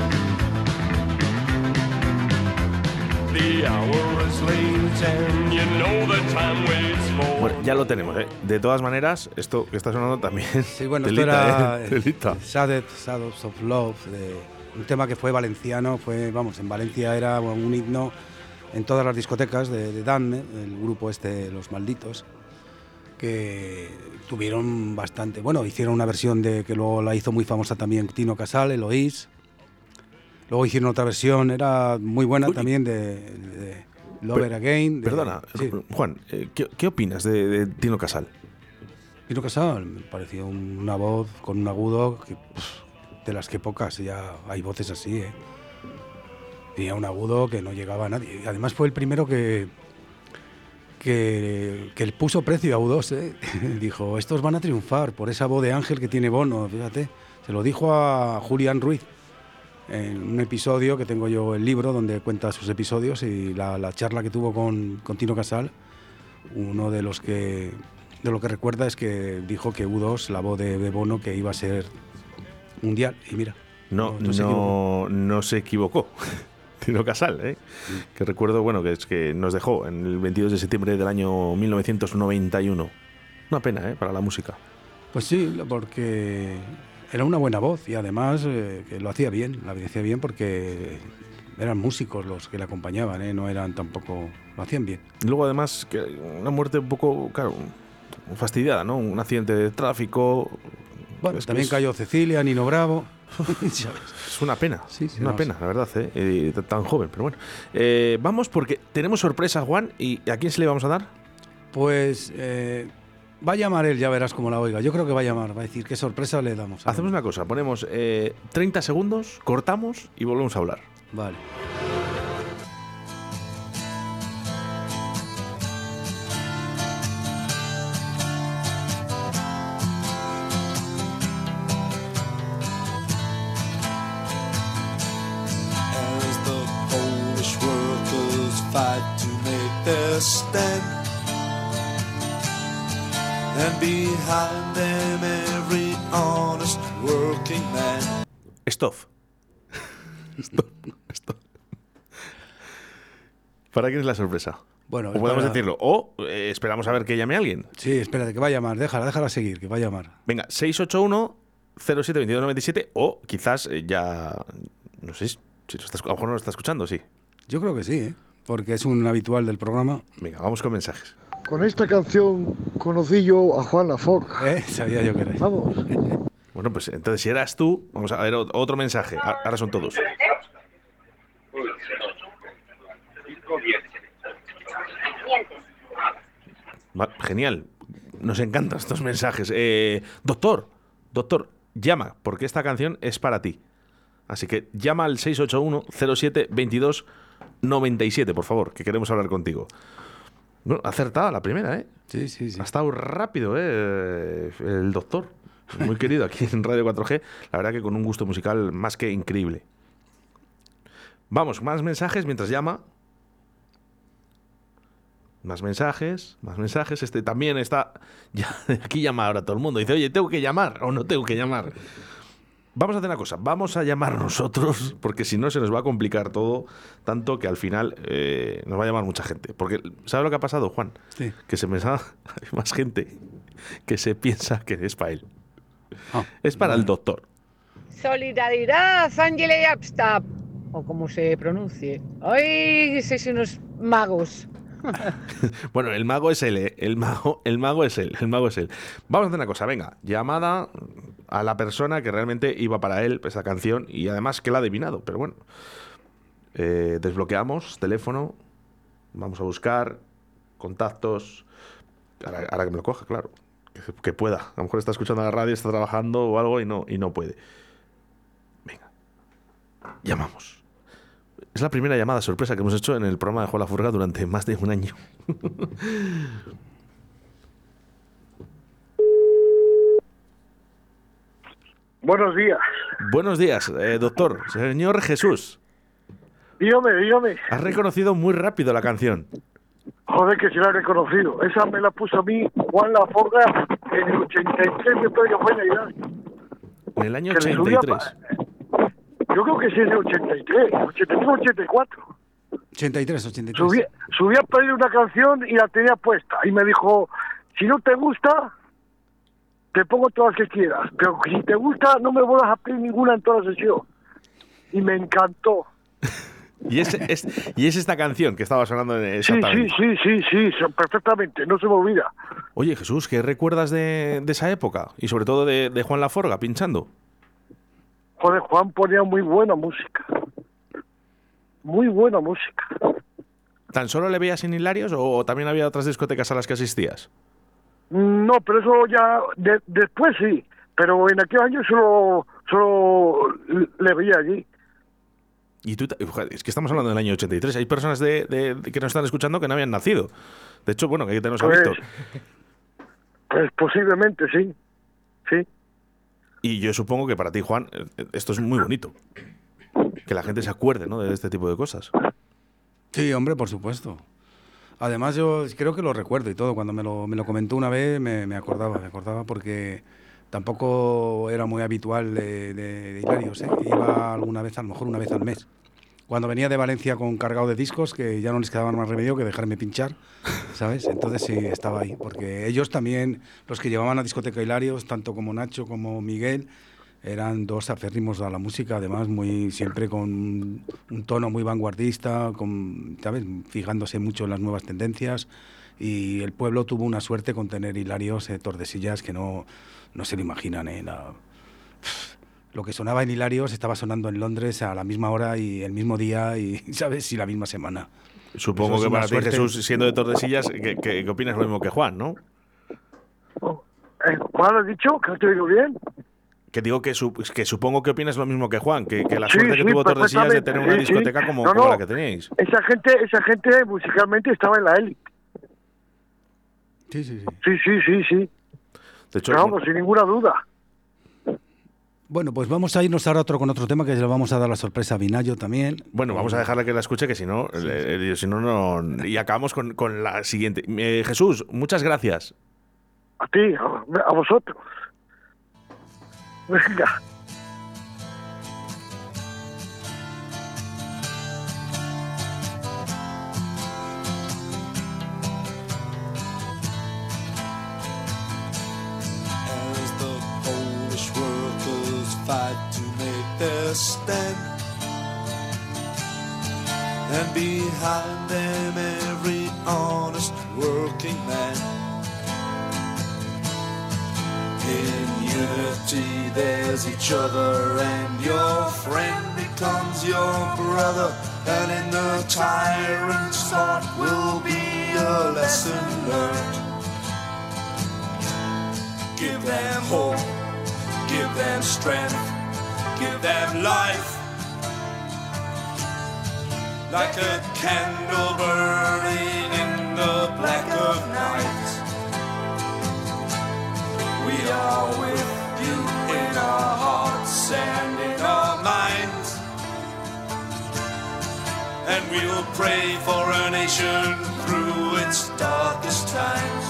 [SPEAKER 8] The hour is late and you know the time waits for.
[SPEAKER 2] Bueno, ya lo tenemos, ¿eh? De todas maneras, esto que está sonando también.
[SPEAKER 3] Sí, bueno, esto
[SPEAKER 2] telita,
[SPEAKER 3] era
[SPEAKER 2] ¿eh? Telita.
[SPEAKER 3] Shadows, Shadows of Love, de, un tema que fue valenciano, fue, vamos, en Valencia era un himno en todas las discotecas de, de Danne, el grupo este, Los Malditos, que tuvieron bastante, bueno, hicieron una versión de que luego la hizo muy famosa también Tino Casal, Eloís, luego hicieron otra versión, era muy buena también de, de Lover
[SPEAKER 2] Per-
[SPEAKER 3] Again. de-
[SPEAKER 2] Perdona,
[SPEAKER 3] sí.
[SPEAKER 2] Juan, eh, ¿qué, qué opinas de, de Tino Casal?
[SPEAKER 3] Tino Casal me pareció una voz con un agudo que, pff, de las que pocas, ya hay voces así, ¿eh? Tenía un agudo que no llegaba a nadie. Y además fue el primero que que, que puso precio a U dos, ¿eh? Dijo, estos van a triunfar por esa voz de ángel que tiene Bono, fíjate. Se lo dijo a Julián Ruiz en un episodio que tengo yo el libro donde cuenta sus episodios y la, la charla que tuvo con, con Tino Casal. Uno de los que de lo que recuerda es que dijo que U dos, la voz de, de Bono, que iba a ser mundial. Y mira,
[SPEAKER 2] No,
[SPEAKER 3] no se
[SPEAKER 2] no, no se equivocó. Tino Casal, ¿eh? Que recuerdo, bueno, que es que nos dejó en el veintidós de septiembre del año mil novecientos noventa y uno. Una pena, ¿eh? Para la música.
[SPEAKER 3] Pues sí, porque era una buena voz y además eh, que lo hacía bien, lo hacía bien porque eran músicos los que le acompañaban, ¿eh? No eran tampoco, lo hacían bien.
[SPEAKER 2] Y luego, además, que una muerte un poco, claro, fastidiada, ¿no? Un accidente de tráfico.
[SPEAKER 3] Bueno,
[SPEAKER 2] Es que
[SPEAKER 3] también
[SPEAKER 2] es-
[SPEAKER 3] cayó Cecilia, Nino Bravo.
[SPEAKER 2] Es una pena,
[SPEAKER 3] Sí, sí,
[SPEAKER 2] una
[SPEAKER 3] no,
[SPEAKER 2] pena, la verdad, ¿eh? Eh, t- tan joven, pero bueno. Eh, vamos porque tenemos sorpresa, Juan, ¿y a quién se le vamos a dar?
[SPEAKER 3] Pues eh, va a llamar él, ya verás cómo la oiga. Yo creo que va a llamar, va a decir qué sorpresa le damos.
[SPEAKER 2] Hacemos una cosa, ponemos eh, treinta segundos, cortamos y volvemos a hablar.
[SPEAKER 3] Vale.
[SPEAKER 12] As the Polish workers fight to make their stand, and behind them every honest working man.
[SPEAKER 2] Stop. Stop. Stop. ¿Para quién es la sorpresa?
[SPEAKER 3] Bueno,
[SPEAKER 2] o podemos
[SPEAKER 3] para...
[SPEAKER 2] decirlo. O eh, esperamos a ver que llame alguien.
[SPEAKER 3] Sí, espérate, que va a llamar. Déjala, déjala seguir, que va a llamar.
[SPEAKER 2] Venga, seis ocho uno cero siete dos dos nueve siete o quizás eh, ya... No sé si lo estás, a lo mejor no lo está escuchando, sí.
[SPEAKER 3] Yo creo que sí, ¿eh? Porque es un habitual del programa.
[SPEAKER 2] Venga, vamos con mensajes.
[SPEAKER 10] Con esta canción conocí yo a Juan Laforga.
[SPEAKER 3] ¿Eh? Sabía yo que era.
[SPEAKER 10] Vamos.
[SPEAKER 2] Bueno, pues entonces si eras tú, vamos a ver otro mensaje. Ahora son todos. Va, genial. Nos encantan estos mensajes. Eh, doctor, doctor, llama, porque esta canción es para ti. Así que llama al seis ocho uno cero siete veintidós noventa y siete, por favor, que queremos hablar contigo. Bueno, acertada la primera, ¿eh?
[SPEAKER 3] Sí, sí, sí.
[SPEAKER 2] Ha estado rápido, ¿eh? El doctor. Muy querido aquí en Radio cuatro G. La verdad que con un gusto musical más que increíble. Vamos, más mensajes mientras llama. Más mensajes, más mensajes. Este también está... Ya, aquí llama ahora todo el mundo. Dice, oye, ¿tengo que llamar o no tengo que llamar? Vamos a hacer una cosa. Vamos a llamar nosotros, porque si no se nos va a complicar todo, tanto que al final eh, nos va a llamar mucha gente. Porque, ¿sabes lo que ha pasado, Juan?
[SPEAKER 3] Sí.
[SPEAKER 2] Que se me sa... Hay más gente que se piensa que es para él.
[SPEAKER 3] Ah,
[SPEAKER 2] es para
[SPEAKER 3] bueno.
[SPEAKER 2] el doctor.
[SPEAKER 13] Solidaridad, Ángel y Abstab, o como se pronuncie. Hoy sois unos magos.
[SPEAKER 2] Bueno, el mago es él, ¿eh? el mago, el mago es él, el mago es él. Vamos a hacer una cosa, venga, llamada a la persona que realmente iba para él esa canción y además que la ha adivinado, pero bueno. Eh, desbloqueamos teléfono, vamos a buscar contactos, ahora, ahora que me lo coja, claro, que, que pueda. A lo mejor está escuchando la radio, está trabajando o algo y no, y no puede. Venga, llamamos. Es la primera llamada sorpresa que hemos hecho en el programa de Juan Laforga durante más de un año.
[SPEAKER 10] Buenos días.
[SPEAKER 2] Buenos días, eh, doctor. Señor Jesús.
[SPEAKER 10] Dígame, dígame.
[SPEAKER 2] Has reconocido muy rápido la canción.
[SPEAKER 10] Joder, que si la he reconocido. Esa me la puso a mí Juan Laforga en el ochenta y tres, me parece que fue en la edad.
[SPEAKER 2] En el año
[SPEAKER 10] Que le
[SPEAKER 2] ochenta y
[SPEAKER 10] subía
[SPEAKER 2] tres.
[SPEAKER 10] pa- Yo creo que sí es de ochenta y tres, ochenta y tres, ochenta y cuatro.
[SPEAKER 3] ochenta y tres, ochenta y tres.
[SPEAKER 10] Subí, subí a pedir una canción y la tenía puesta. Y me dijo, si no te gusta, te pongo todas las que quieras. Pero si te gusta, no me vuelvas a pedir ninguna en toda la sesión. Y me encantó.
[SPEAKER 2] Y es, es, y es esta canción que estaba sonando en
[SPEAKER 10] Sí,
[SPEAKER 2] exactamente.
[SPEAKER 10] sí, sí, sí, sí, so- perfectamente, no se me olvida.
[SPEAKER 2] Oye, Jesús, ¿qué recuerdas de, de esa época? Y sobre todo de, de Juan Laforga pinchando.
[SPEAKER 10] Joder, Juan ponía muy buena música. Muy buena música.
[SPEAKER 2] ¿Tan solo le veías en Hilarios o también había otras discotecas a las que asistías?
[SPEAKER 10] No, pero eso ya de- después sí. Pero en aquel año solo, solo le veía allí.
[SPEAKER 2] Y tú, joder, es que estamos hablando del año ochenta y tres. Hay personas de, de- de que nos están escuchando que no habían nacido. De hecho, bueno, que ahí tenemos a
[SPEAKER 10] Pues,
[SPEAKER 2] Víctor.
[SPEAKER 10] pues posiblemente sí. Sí.
[SPEAKER 2] Y yo supongo que para ti, Juan, eh, esto es muy bonito. Que la gente se acuerde, ¿no?, de este tipo de cosas.
[SPEAKER 3] Sí, hombre, por supuesto. Además, yo creo que lo recuerdo y todo. Cuando me lo, me lo comentó una vez, me, me acordaba, me acordaba porque tampoco era muy habitual de, de, de Hilarios, ¿eh? Iba alguna vez, a lo mejor una vez al mes. Cuando venía de Valencia con cargado de discos, que ya no les quedaba más remedio que dejarme pinchar, ¿sabes? Entonces sí, estaba ahí. Porque ellos también, los que llevaban a discoteca Hilarios, tanto como Nacho como Miguel, eran dos aférrimos a la música, además muy siempre con un tono muy vanguardista, con, ¿sabes?, fijándose mucho en las nuevas tendencias, y el pueblo tuvo una suerte con tener Hilarios, eh, Tordesillas, que no, no se lo imaginan, ¿eh? La, lo que sonaba en Hilarios estaba sonando en Londres a la misma hora y el mismo día y, ¿sabes?, y la misma semana.
[SPEAKER 2] Supongo
[SPEAKER 3] Eso es
[SPEAKER 2] que
[SPEAKER 3] una
[SPEAKER 2] para ti,
[SPEAKER 3] suerte.
[SPEAKER 2] Jesús, siendo de Tordesillas, que, que, que opinas lo mismo que Juan, ¿no?
[SPEAKER 10] Eh, ¿Juan has dicho que no te digo bien?
[SPEAKER 2] Que digo que, su, que supongo que opinas lo mismo que Juan, que, que la
[SPEAKER 10] Sí,
[SPEAKER 2] suerte que
[SPEAKER 10] sí,
[SPEAKER 2] tuvo Tordesillas de tener una
[SPEAKER 10] perfectamente, sí,
[SPEAKER 2] discoteca
[SPEAKER 10] sí.
[SPEAKER 2] como,
[SPEAKER 10] No,
[SPEAKER 2] como
[SPEAKER 10] no.
[SPEAKER 2] la que teníais.
[SPEAKER 10] Esa gente, esa gente musicalmente estaba en la élite.
[SPEAKER 3] Sí, sí, sí.
[SPEAKER 10] Sí, sí, sí, sí.
[SPEAKER 2] De hecho,
[SPEAKER 10] Pero vamos, sin ninguna duda.
[SPEAKER 3] Bueno, pues vamos a irnos ahora otro con otro tema que se lo vamos a dar la sorpresa a Vinayo también.
[SPEAKER 2] Bueno, vamos a dejarle que la escuche, que si no, eh, eh, si no, no. Y acabamos con, con la siguiente. Eh, Jesús, muchas gracias.
[SPEAKER 10] A ti, a, a vosotros. Venga.
[SPEAKER 12] As the Polish workers fight to make their stand, and behind them every honest working man. In unity there's each other, and your friend becomes your brother, and in the tyrant's thought will be a lesson learned. Give them hope, give them strength, give them life. Like a candle burning in the black of night. We are with you in our hearts and in our minds. And we'll pray for a nation through its darkest times.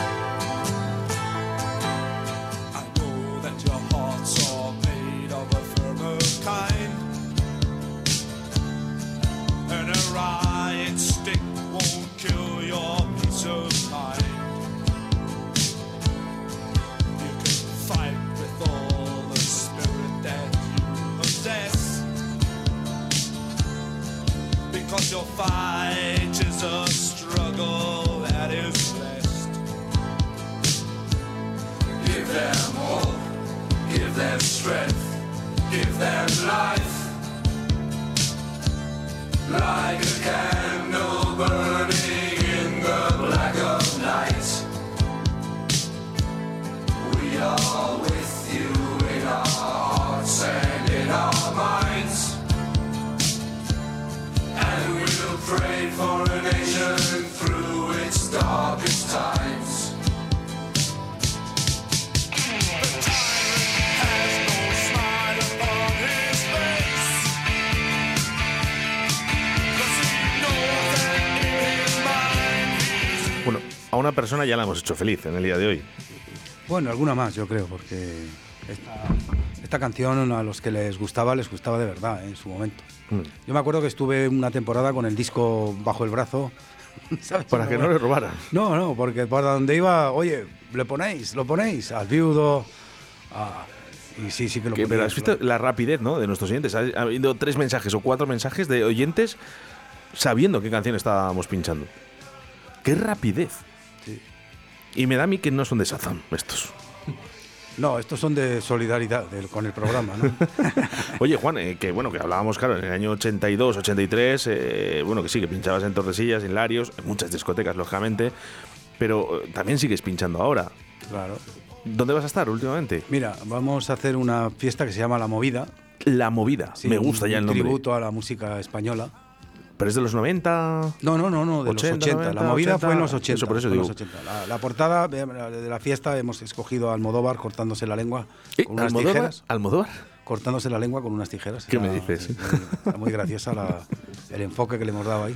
[SPEAKER 12] I know that your hearts are made of a firmer kind, and a riot stick won't kill your peace of mind. You can fight with all the spirit that you possess, because your fight is a struggle that is blessed. Give them hope, give them strength, give them life. Like a candle burning in the black of night. We are with you in our hearts and in our minds. And we'll pray for a nation through its darkest times.
[SPEAKER 2] Bueno, a una persona ya la hemos hecho feliz en el día de hoy.
[SPEAKER 3] Bueno, alguna más, yo creo, porque esta, esta canción a los que les gustaba, les gustaba de verdad, ¿eh? En su momento. Mm. Yo me acuerdo que estuve una temporada con el disco bajo el brazo. ¿Sabes?
[SPEAKER 2] Para que no le robaran.
[SPEAKER 3] No, no, porque por donde iba, oye, ¿le ponéis? ¿Lo ponéis? Al viudo. Ah, y sí, sí que lo
[SPEAKER 2] que,
[SPEAKER 3] ponía.
[SPEAKER 2] Pero has visto la rapidez, ¿no?, de nuestros oyentes. Ha, ha habido tres mensajes o cuatro mensajes de oyentes sabiendo qué canción estábamos pinchando. ¡Qué rapidez!
[SPEAKER 3] Sí.
[SPEAKER 2] Y me da a mí que no son de Shazam estos.
[SPEAKER 3] No, estos son de solidaridad del, con el programa, ¿no?
[SPEAKER 2] Oye, Juan, eh, que bueno, que hablábamos, claro, en el año ochenta y dos, ochenta y tres, eh, bueno, que sí, que pinchabas en Tordesillas, en Larios, en muchas discotecas, lógicamente, pero eh, también sigues pinchando ahora.
[SPEAKER 3] Claro.
[SPEAKER 2] ¿Dónde vas a estar últimamente?
[SPEAKER 3] Mira, vamos a hacer una fiesta que se llama La Movida.
[SPEAKER 2] La Movida, sí, me gusta
[SPEAKER 3] un,
[SPEAKER 2] ya el
[SPEAKER 3] un
[SPEAKER 2] nombre.
[SPEAKER 3] Tributo a la música española.
[SPEAKER 2] ¿Pero es de los noventa?
[SPEAKER 3] No, no, no, no de
[SPEAKER 2] ochenta,
[SPEAKER 3] los ochenta.
[SPEAKER 2] noventa,
[SPEAKER 3] la movida
[SPEAKER 2] ochenta,
[SPEAKER 3] fue en los ochenta.
[SPEAKER 2] Eso, por eso digo.
[SPEAKER 3] Los ochenta. La, la portada de la fiesta hemos escogido a Almodóvar cortándose la lengua
[SPEAKER 2] ¿Eh?
[SPEAKER 3] con unas
[SPEAKER 2] ¿Almodóvar?
[SPEAKER 3] tijeras.
[SPEAKER 2] ¿Almodóvar?
[SPEAKER 3] Cortándose la lengua con unas tijeras.
[SPEAKER 2] ¿Qué
[SPEAKER 3] Era,
[SPEAKER 2] me dices?
[SPEAKER 3] Sí, está muy graciosa la, el enfoque que le hemos dado ahí.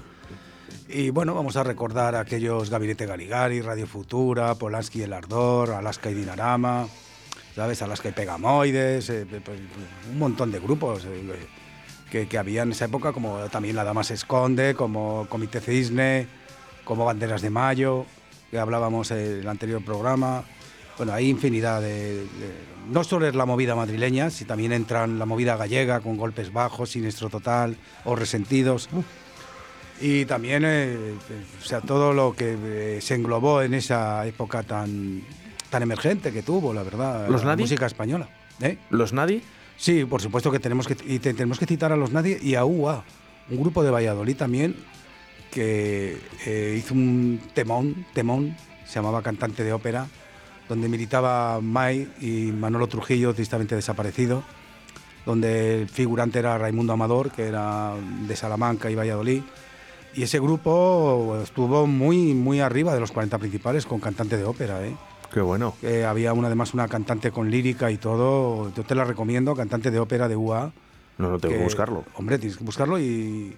[SPEAKER 3] Y bueno, vamos a recordar a aquellos Gabinete Galigari, Radio Futura, Polanski y El Ardor, Alaska y Dinarama, ¿sabes? Alaska y Pegamoides, eh, pues, un montón de grupos eh, que, que había en esa época, como también La Dama se esconde, como Comité Cisne, como Banderas de Mayo, que hablábamos en el anterior programa. Bueno, hay infinidad de, de... No solo es la movida madrileña, sino también entran la movida gallega con Golpes Bajos, Siniestro Total o Resentidos. Uh. Y también, eh, o sea, todo lo que eh, se englobó en esa época tan, tan emergente que tuvo, la verdad,
[SPEAKER 2] ¿Los
[SPEAKER 3] la
[SPEAKER 2] Nadi?
[SPEAKER 3] música española. ¿Eh?
[SPEAKER 2] ¿Los Nadi?
[SPEAKER 3] Sí, por supuesto que tenemos que, y te, tenemos que citar a los Nadi y a U A, un grupo de Valladolid también, que eh, hizo un temón, temón, se llamaba Cantante de Ópera, donde militaba Mai y Manolo Trujillo, tristemente desaparecido, donde el figurante era Raimundo Amador, que era de Salamanca y Valladolid. Y ese grupo estuvo muy, muy arriba de los cuarenta principales con Cantante de Ópera, ¿eh?
[SPEAKER 2] Qué bueno.
[SPEAKER 3] Eh, había una, además una cantante con lírica y todo. Yo te la recomiendo, Cantante de Ópera de U A.
[SPEAKER 2] No, no tengo que, que buscarlo.
[SPEAKER 3] Hombre, tienes que buscarlo y,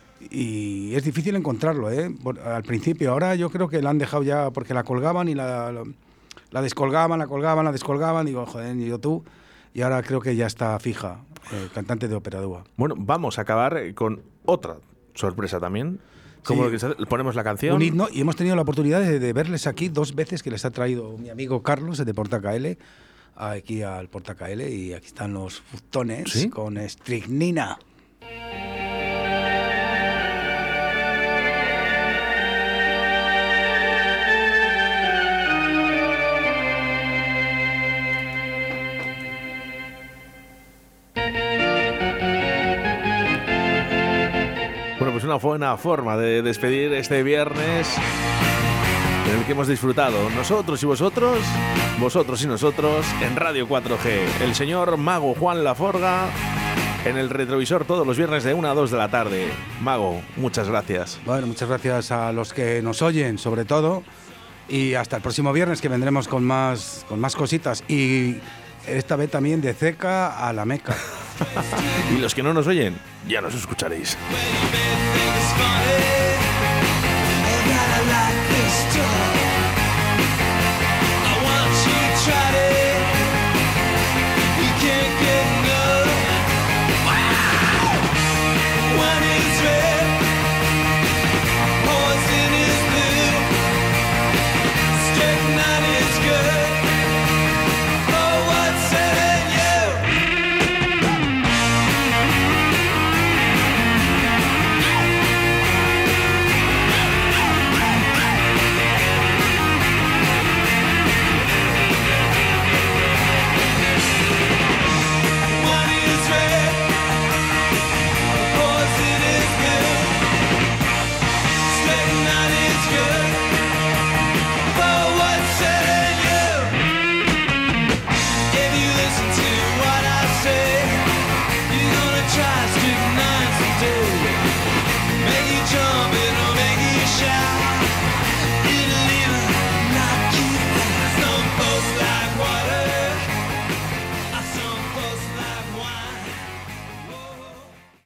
[SPEAKER 3] y es difícil encontrarlo, ¿eh? Por, al principio. Ahora yo creo que la han dejado ya porque la colgaban y la, la, la descolgaban, la colgaban, la descolgaban. Digo, joder, ni yo tú. y ahora creo que ya está fija, eh, cantante de ópera dúa.
[SPEAKER 2] Bueno, vamos a acabar con otra sorpresa también. Como
[SPEAKER 3] Sí.
[SPEAKER 2] lo que se- ponemos la canción.
[SPEAKER 3] Un himno, y hemos tenido la oportunidad de, de verles aquí dos veces, que les ha traído mi amigo Carlos de Porta K L aquí al Porta K L, y aquí están los fustones
[SPEAKER 2] ¿Sí?
[SPEAKER 3] con Strychnina.
[SPEAKER 2] Bueno, pues una buena forma de despedir este viernes en el que hemos disfrutado nosotros y vosotros, vosotros y nosotros, en Radio cuatro G. El señor Mago Juan Laforga en el retrovisor todos los viernes de una a dos de la tarde. Mago, muchas gracias.
[SPEAKER 3] Bueno, muchas gracias a los que nos oyen, sobre todo, y hasta el próximo viernes, que vendremos con más, con más cositas, y esta vez también de Ceca a la Meca.
[SPEAKER 2] Y los que no nos oyen, ya nos escucharéis.
[SPEAKER 12] It's funny.